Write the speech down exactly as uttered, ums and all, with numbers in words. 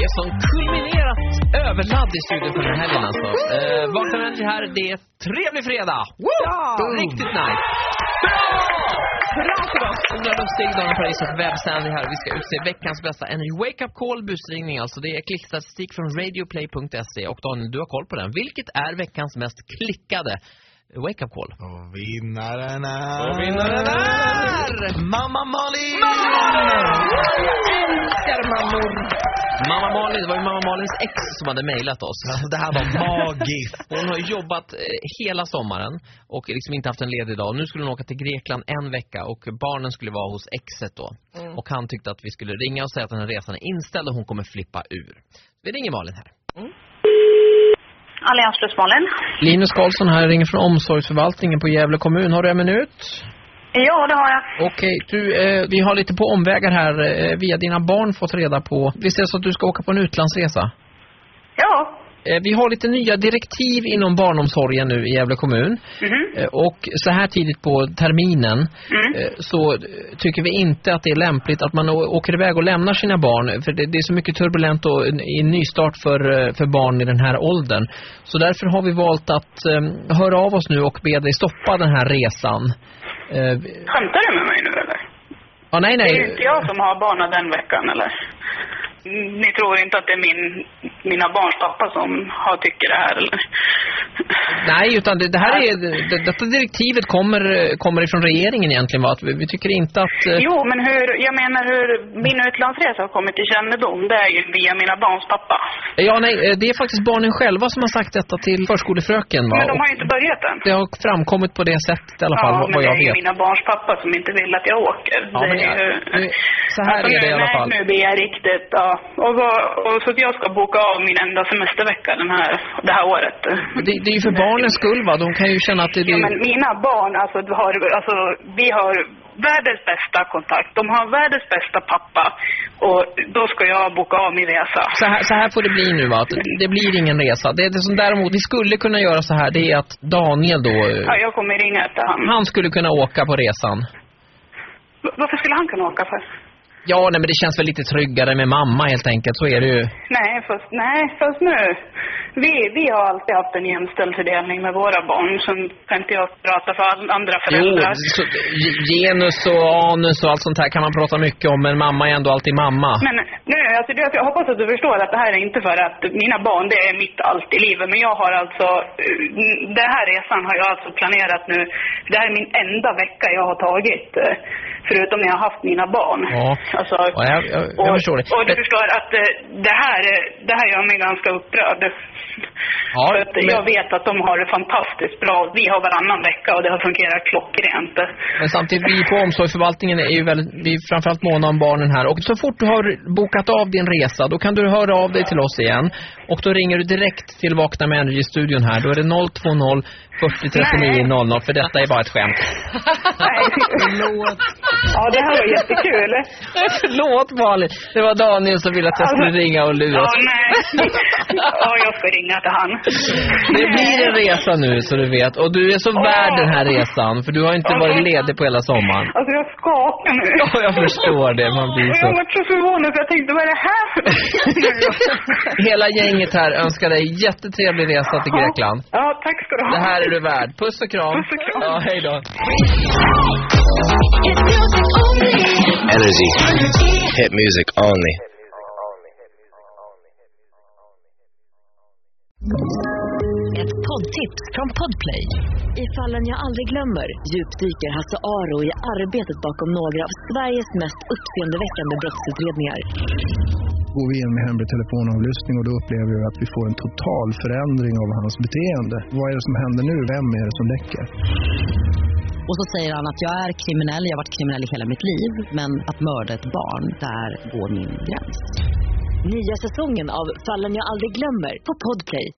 Det är som kulminerat överladd i studion för den här helgen alltså. Eh, Vakna med Energy här, det är trevlig fredag. Ja! Riktigt nice. Bra! Bra för oss. Ola Lustig, Daniel Paris och webbsändning här. Vi ska utse veckans bästa Energy Wake Up Call busringning. Alltså det är klickstatistik från radioplay punkt se. Och Daniel, du har koll på den. Vilket är veckans mest klickade Wake Up Call? Och vinnaren är... Och vinnaren är... Mamma Malin! Jag älskar mammor! Mamma Malin, det var ju Mamma Malins ex som hade mejlat oss. Alltså, det här var magiskt. Hon har jobbat eh, hela sommaren och liksom inte haft en ledig dag. Nu skulle hon åka till Grekland en vecka och barnen skulle vara hos exet då. Mm. Och han tyckte att vi skulle ringa och säga att den här resan är inställd och hon kommer flippa ur. Vi ringer Malin här. Mm. Allians plus Malin. Linus Karlsson här, ringer från omsorgsförvaltningen på Gävle kommun. Har du en minut? Ja, det har jag. Okej, du, eh, vi har lite på omvägar här eh, via dina barn fått reda på. Visst är det så att du ska åka på en utlandsresa? Ja. Eh, vi har lite nya direktiv inom barnomsorgen nu i Gävle kommun. Mm-hmm. Eh, och så här tidigt på terminen mm. eh, så tycker vi inte att det är lämpligt att man å- åker iväg och lämnar sina barn. För det, det är så mycket turbulent och i nystart för, för barn i den här åldern. Så därför har vi valt att eh, höra av oss nu och be dig stoppa den här resan. Uh, Skämtar du med mig nu eller? Ja, nej, nej. Det är inte jag som har barnen den veckan eller? Ni tror inte att det är min, mina barns pappa som har tycker det här eller? Nej, utan det, det här är det, detta direktivet kommer kommer ifrån regeringen egentligen, va? Att vi, vi tycker inte att uh... Jo, men hur jag menar hur min utlandsresa har kommit till kännedom, det är ju via mina barns pappa. Ja, nej, det är faktiskt barnen själva som har sagt detta till förskolefröken, va? Men de har ju inte börjat än. Det har framkommit på det sättet i alla fall, ja, vad, vad jag vet. Ja, men det är ju mina barns pappa som inte vill att jag åker. Ja, det men är ju... nu, så här alltså, är det i alla fall. Nej, nu blir jag riktigt, ja. Och, vad, och så att jag ska boka av min enda semestervecka den här, det här året. Det, det är ju för barnens skull, va? De kan ju känna att det... Ja, men mina barn, alltså, har, alltså vi har världens bästa kontakt. De har världens bästa pappa. Och då ska jag boka av min resa. Så här, så här får det bli nu, va? Det blir ingen resa. Det, det som däremot vi skulle kunna göra så här, det är att Daniel då... Ja, jag kommer ringa efter han. Han skulle kunna åka på resan. V- varför skulle han kunna åka för? Ja, nej, men det känns väl lite tryggare med mamma helt enkelt, så är det ju. Nej, fast, nej, fast nu. Vi, vi har alltid haft en jämställd fördelning med våra barn. Som kan inte jag prata för andra föräldrar. Jo, så, genus och anus och allt sånt här kan man prata mycket om, men mamma är ändå alltid mamma. Men nu, alltså, jag hoppas att du förstår att det här är inte för att mina barn, det är mitt allt i livet. Men jag har alltså, den här resan har jag alltså planerat nu. Det här är min enda vecka jag har tagit, förutom när jag har haft mina barn. Ja. Alltså, ja, jag, jag, jag och, förstår det. Och du förstår att det här, det här gör mig ganska upprörd. Ja, för att men... jag vet att de har det fantastiskt bra. Vi har varannan vecka och det har fungerat klockrent. Men samtidigt, vi på omsorgsförvaltningen är ju väldigt, vi är framförallt måna om barnen här. Och så fort du har bokat av din resa, då kan du höra av dig till oss igen. Och då ringer du direkt till Vakna med Energy-studion här. Då är det noll två noll fyrtio trettionio noll noll, för detta är bara ett skämt. Nej, förlåt. Ja, det här var jättekul. Förlåt, Malin. Det var Daniel som ville att jag skulle ringa och lura. Ja, nej. Ja, jag ska ringa till han. Det blir en resa nu, så du vet. Och du är så oh. värd den här resan, för du har inte varit ledig på hela sommaren. Alltså, jag skakar nu. Ja, jag förstår det. Man blir så... Jag har varit så förvånad, för jag tänkte, vad är det här för? Hela gänget här önskar dig jättetrevlig resa till Grekland. Ja, tack ska du ha. Det här är du värd. Puss och kram. Puss och kram. Ja, hej då. Energy. Hit music only. Ett poddtips från Podplay. I Fallen jag aldrig glömmer djupdyker Hasse Aro i arbetet bakom några av Sveriges mest uppseendeväckande brottsutredningar. Går vi in med hemlig telefonavlyssning och då upplever vi att vi får en total förändring av hans beteende. Vad är det som händer nu? Vem är det som läcker? Och så säger han att jag är kriminell, jag har varit kriminell i hela mitt liv. Men att mörda ett barn, där går min gräns. Nya säsongen av Fallen jag aldrig glömmer på Podplay.